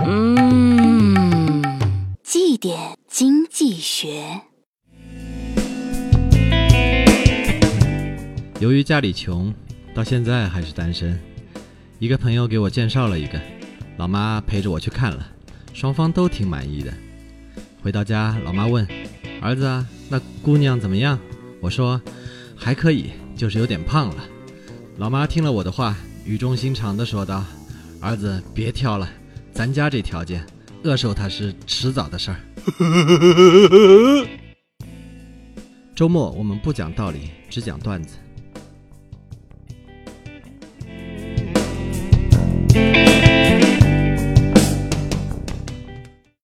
绩点经济学。 由于家里穷，到现在还是单身。一个朋友给我介绍了一个，老妈陪着我去看了，双方都挺满意的。回到家，老妈问：“儿子啊，那姑娘怎么样？”我说：“还可以，就是有点胖了。”老妈听了我的话，语重心长地说道：“儿子，别挑了，咱家这条件，饿瘦她是迟早的事儿。”周末我们不讲道理，只讲段子。